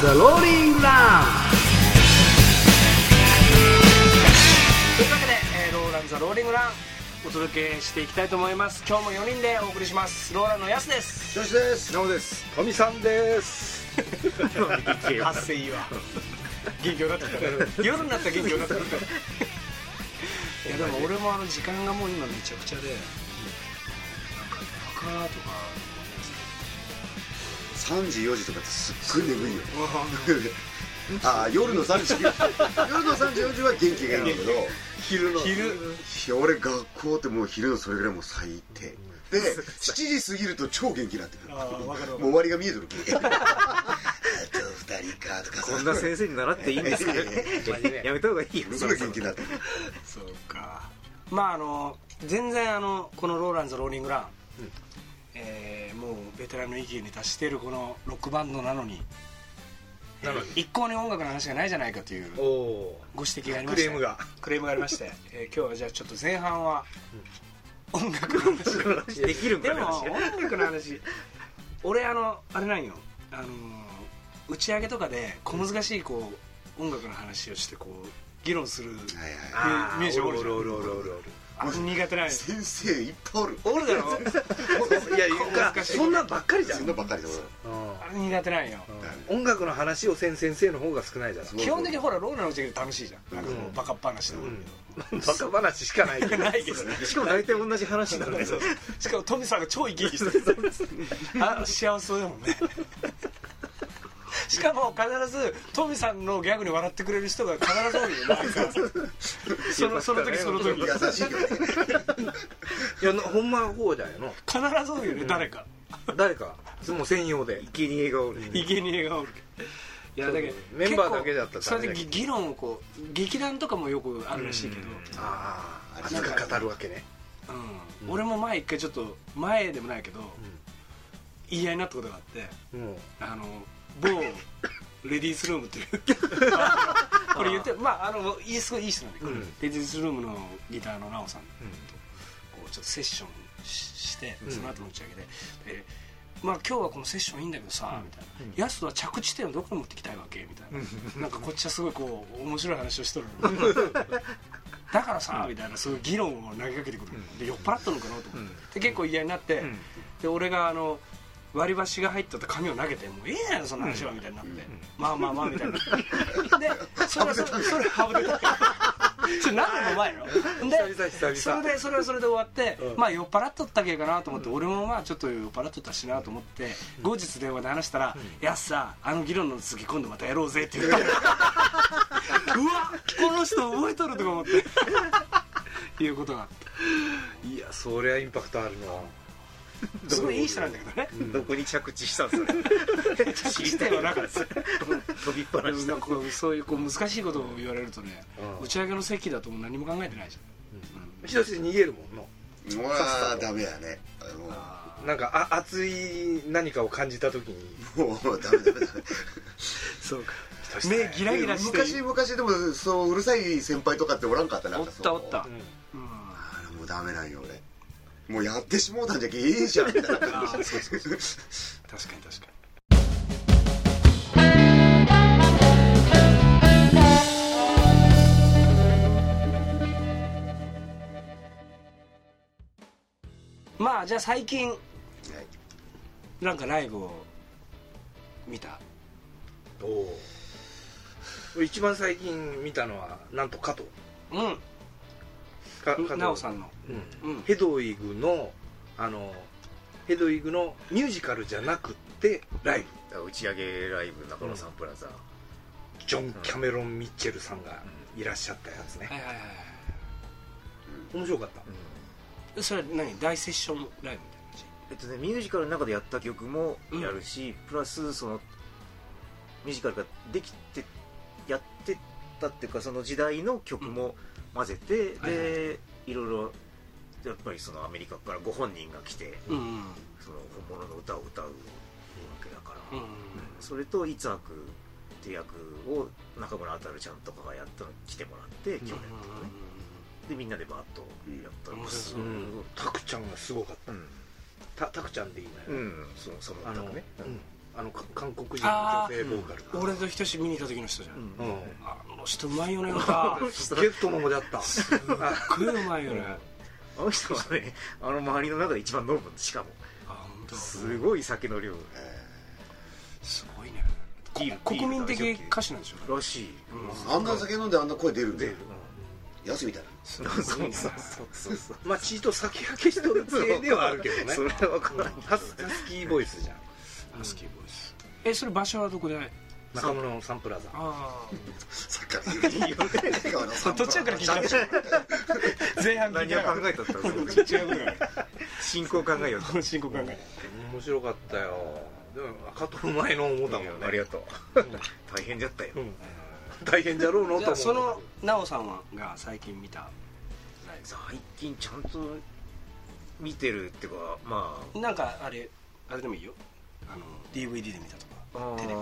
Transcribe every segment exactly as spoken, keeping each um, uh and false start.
ザローリングランというわけで、えー、ローランザローリングランお届けしていきたいと思います。今日もよにんでお送りします。ローランのヤスです。 よしです。 なおです。トミさんです。 発声いいわ。元気よくなってきたね。夜になったら元気よくなってくるからいやでも俺もあの時間がもう今めちゃくちゃで、なんかバカとかさんじよじとかってすっごい眠いよああ夜のさんじ夜のさんじよじは元気がいいんだけど昼の昼いや俺学校ってもう昼のそれぐらいもう最低でしちじ過ぎると超元気になってくる。 あ分かる分かる。 もう終わりが見えてるあとふたりかとかこんな先生に習っていいんですかやめた方がいいよ。 すぐ元気になってくる。 そうか。まああの全然あのこのローランズローリングラン、うんえー、もうベテランの域に達しているこのロックバンドなのになのに一向に音楽の話がないじゃないかというご指摘がありまして、クレームがクレームがありまして、えー、今日はじゃあちょっと前半は音楽の話できるんかでも音楽の話俺あのあれなんよ、あの打ち上げとかで小難しいこう音楽の話をしてこう議論するミュージシャンおるじゃん。おるおるおるおる。あ苦手なんよ。 先生いっぱいおる。 おるだろ。いやそんなんばっかりじゃん。 そんなんばっかりだ。 あれ苦手なんよ。 音楽の話をせん先生の方が少ないじゃん。 基本的にほらローラの打ち上げ楽しいじゃん。なんかもうバカ話とか。 バカ話しかないけど。 ないけどね。 しかも大体同じ話になる。 しかもトミさんが超生き生きしてる。あ幸せそうだもんね。しかも必ずトミさんのギャグに笑ってくれる人が必ず多いよ。そのその時その時優しいよね。 いやほんまこうだよな。 必ず多いよね誰か。 誰かもう専用で生贄がおる。 生贄がおる。いやだけどメンバーだけだったらそれで議論をこう劇団とかもよくあるらしいけど。 ああ熱く語るわけね。 うん。俺も前一回ちょっと前でもないけど言い合いになったことがあって、あの。某レディースルームっていうこれ言ってまああのすごいいい人なんだけど、うん、レディースルームのギターのナオさんとこうちょっとセッション し, して、うん、その後の打ち上げで、でまあ今日はこのセッションいいんだけどさ、うん、みたいな、うん、ヤスは着地点をどこに持ってきたいわけみたいな、うん、なんかこっちはすごいこう面白い話をしとるのだからさ、うん、みたいなそういう議論を投げかけてくる、うん、で酔っ払ったのかなと思って、うん、で結構嫌になって、うん、で俺があの割り箸が入った紙を投げてもういいやんその話はみたいになって、うん、まあまあまあみたいなでそれはそれそれはぶれたそれ何年も前のでそれでそれはそれで終わって、うん、まあ酔っ払っとったけかなと思って、うん、俺もまあちょっと酔っ払っとったしなと思って、うん、後日電話で話したら、うん、やっさあの議論の続き今度またやろうぜって言ってうわこの人覚えとるとか思っていうことがあった。 いやそりゃインパクトあるな。 すごいいい人なんだけどね、 うん、どこに着地したんですか着地点はなかった飛びっぱなしなんかそういうこう難しいことを言われるとね、打ち上げの席だともう何も考えてないじゃん。 ひとし逃げるもんな。 うわーダメやね。 なんかあ熱い何かを感じた時にもうダメダメダメそうか目ギラギラして昔昔でもそううるさい先輩とかっておらんかったな。 おったおった、 うん、あれもうダメなんよ俺。もうやってしもうたんじゃけええじゃんみたいな感じ。そうそうそう確かに確かに。まあじゃあ最近、はい、なんかライブを見た。 おお一番最近見たのはなんと加藤。 うんナオさんの、 うんうん、ヘドウィグのあのヘドウィグのミュージカルじゃなくってライブ、 打ち上げライブ中野サンプラザ、うん、 ジョン・キャメロン・ミッチェルさんがいらっしゃったやつね、はいはいはい、うん、面白かった、 うん、それは何大セッションライブみたいな感じ。 えっとねミュージカルの中でやった曲もやるし、うん、プラスそのミュージカルができてやってたっていうかその時代の曲も、うん混ぜて、で、はいはい、いろいろやっぱりそのアメリカからご本人が来て、うんうん、その本物の歌を歌うわけだから、うんうん、それとイツアクって役を中村あたるちゃんとかがやったのに来てもらって去年とかね、うん、でみんなでバーッとやったんです。 タクちゃんがすごかった、うん、たタクちゃんでいいのよ、 うん、そのその歌ね、 うん、 あの韓国人の女性ボーカル、 うん、俺とひとし見に行った時の人じゃん、うん、あの人うまいよね歌すげえ太ももであったすっごいうまいよねあの人はねあの周りの中で一番飲むしかもあ本当すごい酒の量、 えー、すごいね国民的歌手なんでしょらしい、 うん、あんな酒飲んであんな声出るんだよやすみたいなそうそうそうそうそうまあチート酒焼けしとるせいではあるけどねそれは分からないハスキーボイスじゃんハスキーボイスえそれ場所はどこで中村のサンプラザああさっきからいいよね途中から聞いてました前半聞いて何を考えたったら違うぐらい進行考えよう進行考え面白かったよでも赤と前の思ったもんねありがとう大変じゃったよ、うん大変じゃろうのと思うその奈緒さんが最近見た最近ちゃんと見てるっていうかまあなんかあれあれでもいいよあの ディーブイディー で見たとかテレビ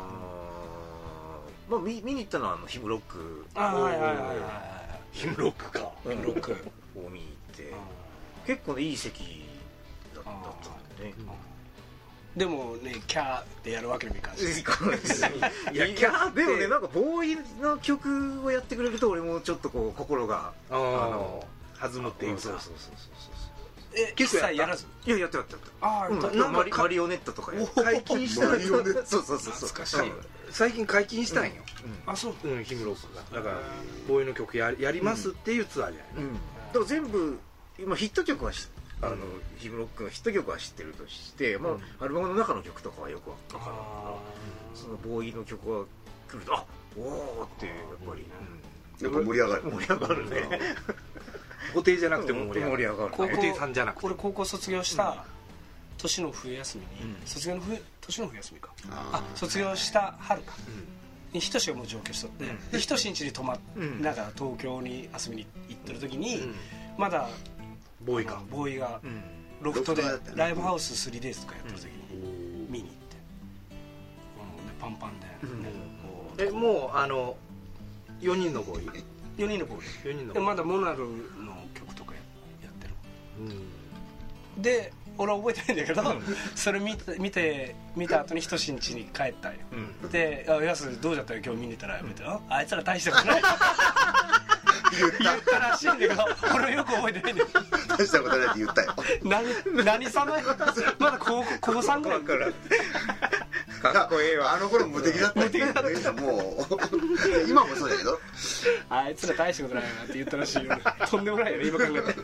まあ見見に行ったのはあのヒムロックあはいはいはいはいヒムロックかヒムロックを見に行って結構ねいい席だったんだよねでもねキャーってやるわけにもいかんしいやキャーでもねなんかボーイの曲をやってくれると俺もちょっとこう心があの弾むっていうかそうそうそうそうえ結構やらずいややってやってやってああなんかマリオネットとか解禁したマリオネットそうそうそうそう懐かしい最近解禁したんよあそううんヒムロックがだからボーイの曲ややりますっていうツアーじゃないだから全部今ヒット曲は知あのヒムロックのヒット曲は知ってるとして、まあ、アルバムの中の曲とかはよく分かるからそのボーイの曲が来るとあおおってやっぱり、 やっぱ盛り上がる盛り上がるね布袋じゃなくても盛り上がる盛り上がる高校布袋さんじゃなくて俺高校卒業した年の冬休みに卒業の冬年の冬休みかあ卒業した春かにひとしがもう上京しとってでひとしん家に泊まってなんか東京に遊びに行ってる時にまだボーイかボーイがロフトでライブハウス スリーデイズとかやった時に見に行ってパンパンでえもうあのよにんのボーイよにんのボーイよにんのでまだモナルの曲とかやってるで俺は覚えてないんだけどそれ見て見て見た後にひとしん家に帰ったんよで「やすどうだったよ今日見に行ったら」見て「あいつら大したことない」言ったらしいんだけど俺よく覚えてないんだよ大したことないって言ったよ何何様まだ高高さんぐらいかっこええわあの頃無敵だった無敵だったもう今もそうだけどあいつら大したことないなって言ったらしいよねとんでもないよね今考えたらロ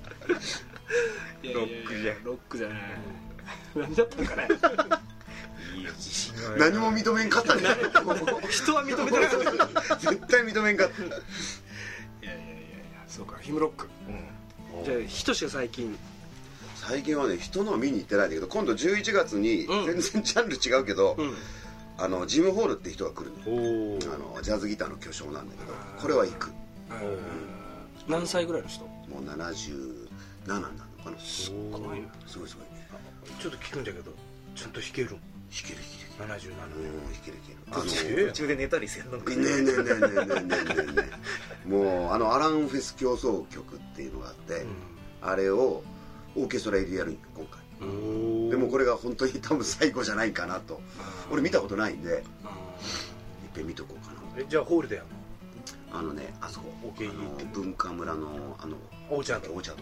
ックじゃロックじゃない何だったのかねいいよ自信が何も認めんかったね人は認めてなかった絶対認めんかったいやいやいやいやそうかヒムロックじゃあひとしが最近最近はね人のは見に行ってないんだけど今度じゅういちがつに全然ジャンル違うけど、うん、あのジム・ホールって人が来るのあのジャズギターの巨匠なんだけどこれは行く、うん、 何歳ぐらいの人もうななじゅうなななのかなすごいなすごいすごいちょっと聞くんだけどちゃんと弾ける弾ける弾けるななじゅうななうん弾ける弾ける途中で寝たりせんのかねえねえねえねえねえねえねえもうあのアランフェス競争曲っていうのがあって、うん、あれをオーケストラ入れやるんよ今回でもこれが本当に多分最後じゃないかなと俺見たことないんでいっぺん見とこうかなえじゃあホールでやるのあのねあそこオーケーあの文化村のあのオーチャードオーチャード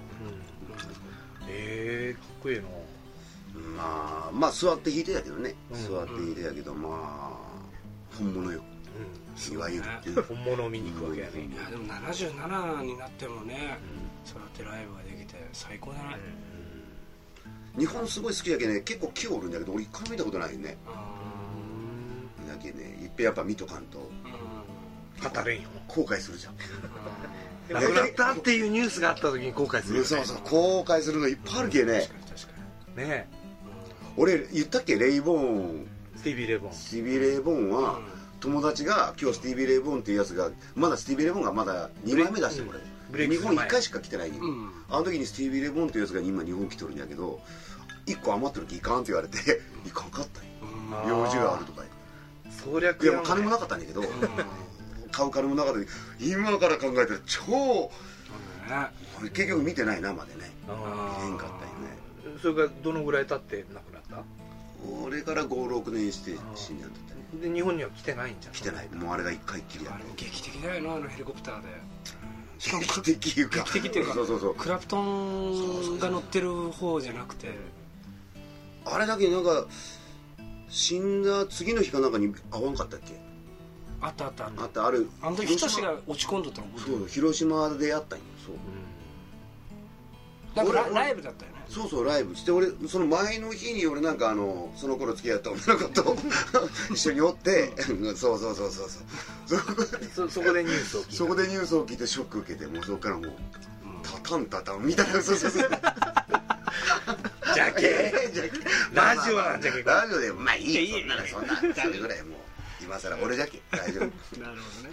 ええかっこいいのまあまあ座って弾いてたけどね座って弾いてたけどまあ本物よいわゆる本物を見に行くわけやねいやでもななじゅうななになってもねそうやってライブができて最高だね日本すごい好きだけどね結構木おるんだけど俺一回も見たことないよねだけねいっぺんやっぱ見とかんと語れんよ後悔するじゃん亡くなったっていうニュースがあった時に後悔するよねそうそう後悔するのいっぱいあるけね確かに確かにね俺言ったっけレイボーンスティービー・レイボーンスティービー・レイボーンは友達が今日スティービー・レイボーンっていうやつがまだスティービー・レイボーンがまだにまいめ出してもらえる日本いっかいしか来てないよ、うん、あの時にスティービー・レイボーンっていうやつが今日本来とるんやけどいっこ余ってるきいかんって言われていかんかったんよ用事があるとかそりゃいやもう金もなかったんだけど買う金もなかった今から考えたら超結局見てない生でね見れんかったよねそれがどのぐらい経って亡くなったそれからごろくねんして死んじゃったで日本には来てないんじゃん。 来てない、もうあれが一回きりやあれも劇的だよな、あのヘリコプターで。しかも劇的いうか劇的っていうかそうそうそう、 クラプトンが乗ってる方じゃなくて、 あれだけなんか死んだ次の日かなんかに会わんかったっけ。 あったあったあったあったあるあの時ひとしが落ち込んどったの覚えてる。 そう広島でやったんよ。そう、 なんかラ俺ライブだったよね。 そうそうライブして、俺その前の日に俺なんかあのその頃付き合った女の子と一緒におってそうそうそうそうそうそそこでニュースを聞いた。 そこでニュースを聞いてショック受けて、もうそこからもうタタンタタンみたいな、そうそうそうジャケラジオなんじゃけど、 ラジオでまあいいよ、そんなのそんなそれぐらいもう今更俺じゃけ大丈夫。 なるほどね。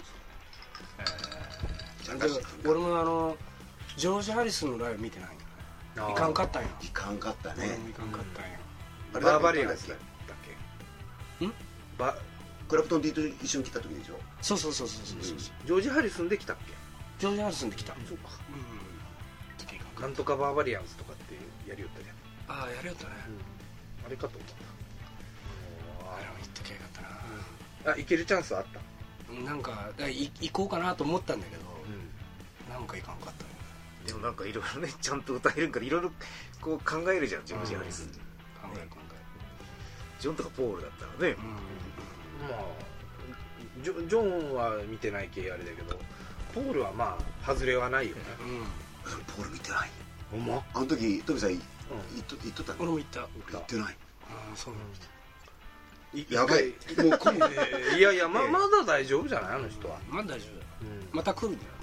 俺もあのジョージ・ハリスのライブ見てないんだね。いかんかったんや。 いかんかったね。 俺もいかんかったんや。 あれバーバリアンスだっけ。 んバクラプトン D と一緒に来た時でしょ。 そうそうそうそうそうそう、 ジョージ・ハリスンで来たっけ。 ジョージ・ハリスンで来た。 そうか。 うん。 なんとかバーバリアンスとかってやりよったじゃん。 ああやるよったね。 あれかと思っあれも行っときゃよかったな。 た。あ、行けるチャンスはあった。 なんかい行こうかなと思ったんだけど、なんか行かんかったね。 でもなんかいろいろね、ちゃんと歌えるんからいろいろこう考えるじゃん、ジョージ・ハリスン。 考える考ジョンとかポールだったらね、 まあジョジョンは見てない系あれだけど、ポールはまあ外れはないよね。 え。うん。 ポール見てない。 ほんま。 あの時トビさん行っと行っとったの。 俺も行った。 行ってない。 ああそうなんだ。 やばい。もう今度いやいや、ままだ大丈夫じゃない、あの人は。 まだ大丈夫。また来るんだよ。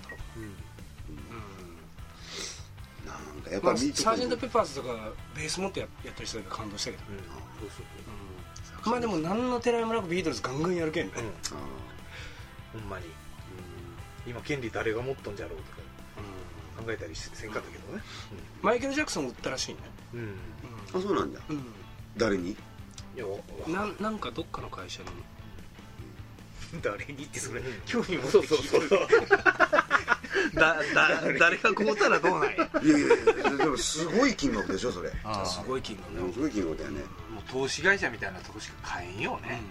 なんかやっまあ、 ぱミートサージェント・ペッパーズとかベース持ってややったりしてたから感動したけど、 そうそうまあでも何のてらいもなくビートルズガンガンやるけんね、 ほんまに。今権利誰が持っとんじゃろうとか考えたりせんかったけどね。 マイケル・ジャクソン売ったらしいね。 あ、そうなんだ。誰に。 いやなんなんかどっかの会社に誰にってそれ興味持ってそうそうそうだだ誰が買うたらどうなんや。 いやいやいや、でもすごい金額でしょそれ。 すごい金額すごい金額だよね。 もう投資会社みたいなとこしか買えんよね。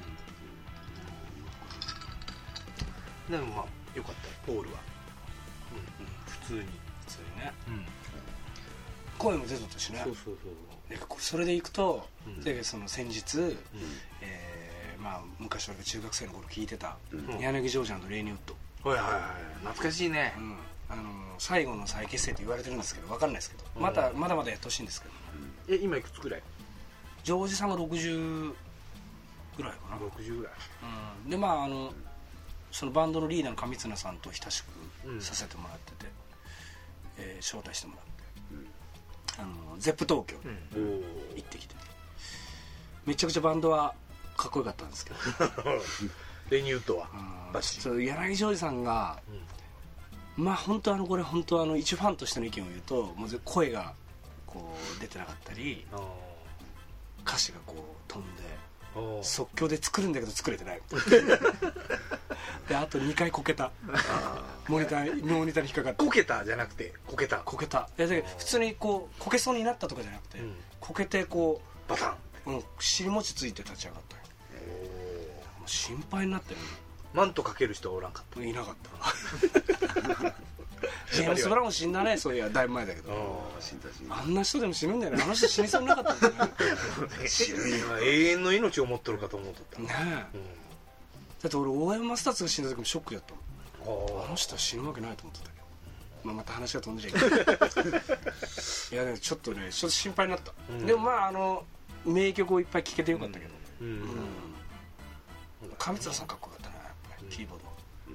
でもまあよかった、ポールは。普通にそれね、声も出とったしね。 そうそうそう。 でそれでいくと、でその先日、えーまあ、昔俺が中学生の頃聴いてた、柳ジョージ&レイニーウッド。 はいはいはい、懐かしいね。 あの最後の再結成と言われてるんですけど、分かんないですけど、またまだまだやってほしいんですけど。 え、今いくつぐらい。 ジョージさんがろくじゅうぐらいかな。 ろくじゅうぐらい。 でまああのそのバンドのリーダーの上綱さんと親しくさせてもらってて、えー招待してもらって、あのゼップ東京に行ってきて、めちゃくちゃバンドはかっこよかったんですけどレイニーウッドはそう柳ジョージさんが、まあ本当あのこれ本当あの一ファンとしての意見を言うと、もう声がこう出てなかったり、歌詞がこう飛んで即興で作るんだけど作れてないであとにかいこけた。モニターモニターに引っかかってこけたじゃなくてこけたこけた。いやだけど普通にこうこけそうになったとかじゃなくて、こけてこうバタン、 うん、尻餅ついて立ち上がったよ。もう心配になってる。 マントかける人はおらんかった。 いなかったジェームス・ブラウン死んだね。そういやだいぶ前だけど、あんな人でも死ぬんだよね。あの人死にそうになかったんだよね永遠の命を持っとるかと思っとったねえ、だって俺大山マスターズが死んだ時もショックやったもん。あの人は死ぬわけないと思ってたけど、まあ、また話が飛んでりゃいけないいやでもちょっとねちょっと心配になった、うん、でもまああの名曲をいっぱい聴けてよかったけど、うんうん、上綱さんかっこよかったねやっぱり、うん、キーボード、うん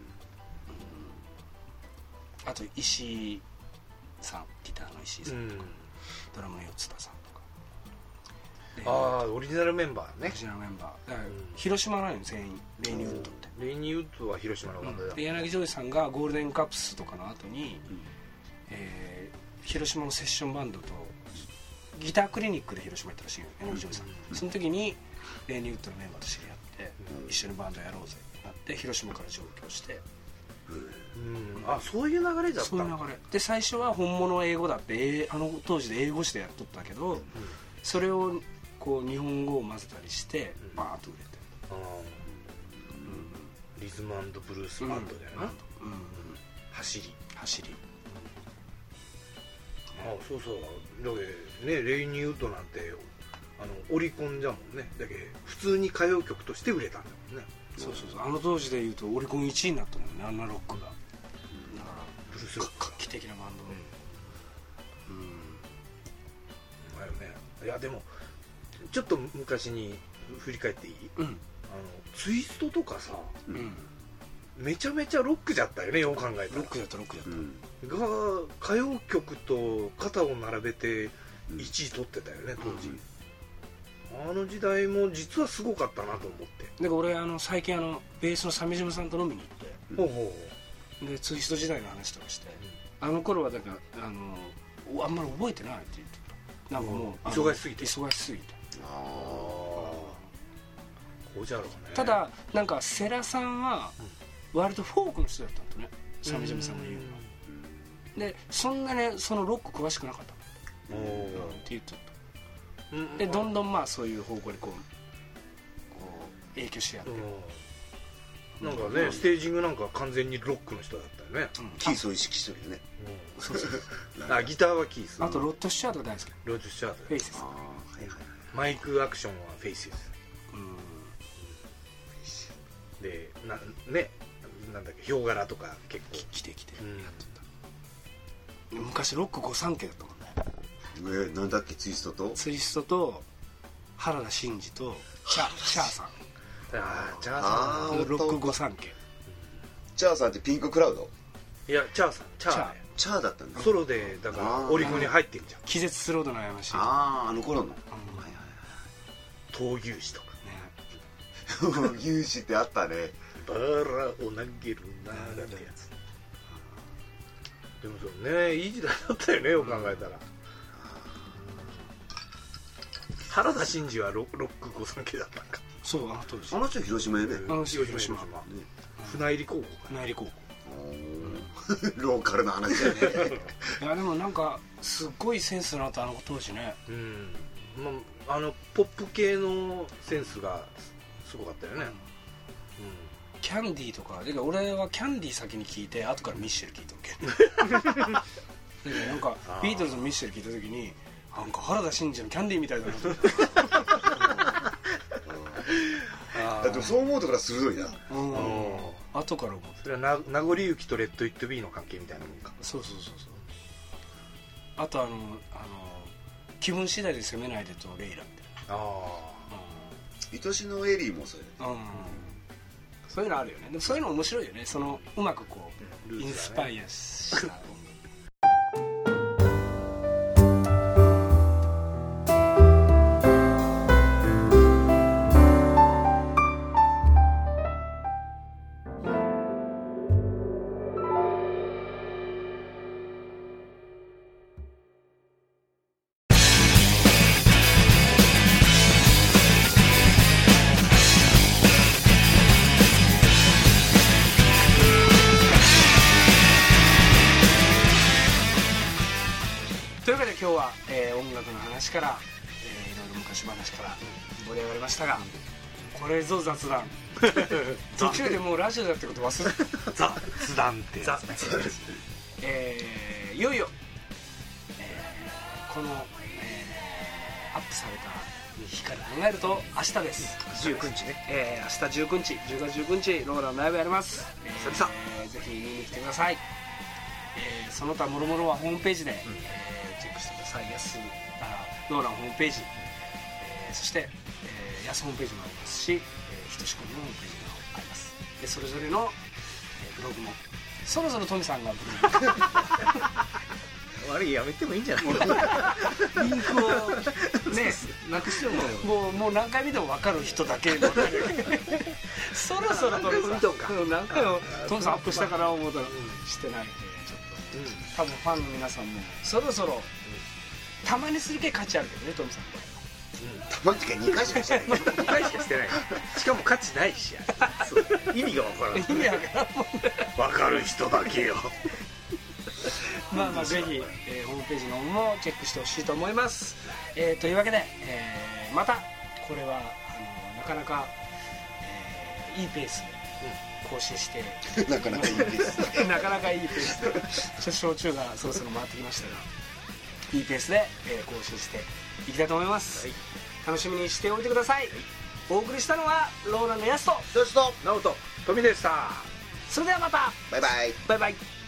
うん、あと石井さん、ギターの石井さんとか、うん、ドラムの四田さんとか、 ああオリジナルメンバーね。 オリジナルメンバーだから、うん、広島なのよ全員。レイニーウッドってレイニーウッドは広島のバンドだ、うん、 で柳ジョージさんがゴールデンカップスとかの後に、うんえー、広島のセッションバンドとギタークリニックで広島行ったらしいよ柳ジョージさん、うん、その時にレイニーウッドのメンバーと知り合って、うん、一緒にバンドやろうぜってなって広島から上京して、 うん、あそういう流れだった。 そういう流れで最初は本物は英語だってあの当時で英語詞でやっとったけど、うん、それをこう日本語を混ぜたりしてバーッと売れて、 あ、うん、リズム&ブルースバンドだよな、うんうん、走り走り、 うん、ああそうそうだけねレイニーウッドなんてあのオリコンじゃもんね。だけ普通に歌謡曲として売れたんだもんね。 そうそうそう、あの当時でいうとオリコンいちいになったもんね、あんなロックが、うん、だからブルースロック画期的なバンド、うん、うん、 だよね。いやでもちょっと昔に振り返っていい、うん、あのツイストとかさ、うん、めちゃめちゃロックじゃったよね、よう考えたら。 ロックだったロックだった、 うん、が歌謡曲と肩を並べていちい取ってたよね当時、うん、あの時代も実はすごかったなと思って。 だから俺あの最近あのベースの鮫島さんと飲みに行って、 うん、ほうほうでツイスト時代の話とかして、うん、あの頃はだからあのあんまり覚えてないって言ってた。なんかもう、うん、 忙しすぎて忙しすぎてああこうじゃろうね。 ただなんか世良さんは割とフォークの人だったんだね、鮫島さんが言うのは、うん、でそんなねそのロック詳しくなかったって言ってた、うん、でどんどんまあそういう方向にこう影響し合って、 うん、なんかね、うん、ステージングなんか完全にロックの人だったよね、 うん、キースを意識してるよね、 うん、そうそうあギターはキース、 あとロッド・スチュアートが大好き。 ロッド・スチュアートフェイスです、 あ、はいはい、 マイクアクションはフェイスです、うん、でなねなんだっけヒョウ柄とか結構来て来てやってた、うん、昔ロック御三家だったもんね。 えー、なんだっけツイストとツイストと原田真二とチャーチャーさん、 あーチャーさんロック御三家。 チャーさんってピンククラウド？ いやチャーさんチャーね、 チャーだったんだ。 ソロでだからオリコンに入ってんじゃん。 気絶スロードの過ち。 あああの頃の、うん、 はいはいはい、闘牛士とかね闘牛士ってあったね。 バラを投げるなーなんてやつ。でもそうね、いい時代だったよね、よく考えたら、うん、原田真二はロック御三家だったんか。 そう、あの当時あの人広島やね、 あの人広島、ね、 船入高校か船入高校ローカルな話だねいやでもなんかすっごいセンスのあったあの当時ね、 うん、まあ、あのポップ系のセンスがすごかったよね、うんうん、 キャンディーとかで俺はキャンディー先に聞いて後からミッシェル聞いたわけでなんかビートルズのミッシェル聞いた時になんか原田真二のキャンディーみたいだなと思ってだってそう思うとから鋭いな、うん、 後から思う。 それはな名残雪とレッド・イット・ビーの関係みたいなもんか。 そうそうそうそう。あとあのあの気分次第で攻めないでとレイラって、ああ、うん、愛しのエリーもそれ、うん、 そういうのあるよね。でもそういうの面白いよね、そのうまくこう、うん、インスパイアしたから、えー、いろいろ昔話から盛り上がりましたが、これぞ雑談途中でもうラジオだってこと忘れて雑談ってやつねえー、いよいよ、えー、この、えー、アップされた日から考えると明日です。 じゅうくにちね、 えー、明日じゅうくにちじゅうがつじゅうくにちローラのライブやります、えー久々 えー、ぜひ見に来てください、えー、その他もろもろはホームページで、うん、えー、チェックしてください。やすローランホームページ、えー、そして、えー、ヤスホームページもありますし、えー、ひとしこのホームページもあります。でそれぞれの、えー、ブログもそろそろトミさんがブログ悪いやめてもいいんじゃないリンクをねなくしてももうもう何回見ても分かる人だけ分かるそろそろトミさん何回もトミさんアップしたかな思うたら、うん、してないんでちょっと、うん、多分ファンの皆さんもそろそろ、うん、たまにするけ価値あるけどねトミさん、 うん、たまにかにかいしかしてないにかいしかしてないしかも価値ないし意味が分からない意味わからんもんね分かる人だけよまあまあぜひ、えーホームページの方もチェックしてほしいと思います、えーというわけで、えーまたこれはあのなかなか、えーいいペースで更新してなかなかいいペースなかなかいいペースでちょっと焼酎がそろそろ回ってきましたがいいペースで、えー更新していきたいと思います、はい、楽しみにしておいてください、はい、お送りしたのはローランドヤスとよしと直人富でした。 それではまたバイバイバイバイ。